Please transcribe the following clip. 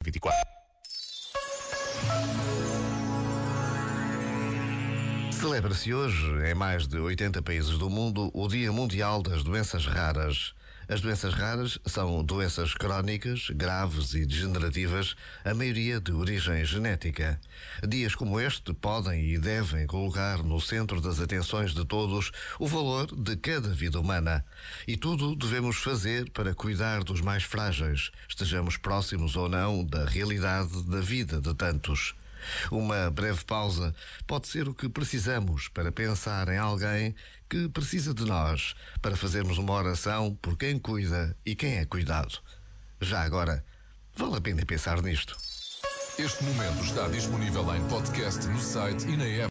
2024. Celebra-se hoje, em mais de 80 países do mundo, o Dia Mundial das Doenças Raras. As doenças raras são doenças crónicas, graves e degenerativas, a maioria de origem genética. Dias como este podem e devem colocar no centro das atenções de todos o valor de cada vida humana. E tudo devemos fazer para cuidar dos mais frágeis, estejamos próximos ou não da realidade da vida de tantos. Uma breve pausa pode ser o que precisamos para pensar em alguém que precisa de nós, para fazermos uma oração por quem cuida e quem é cuidado. Já agora, vale a pena pensar nisto. Este momento está disponível em podcast no site e na app.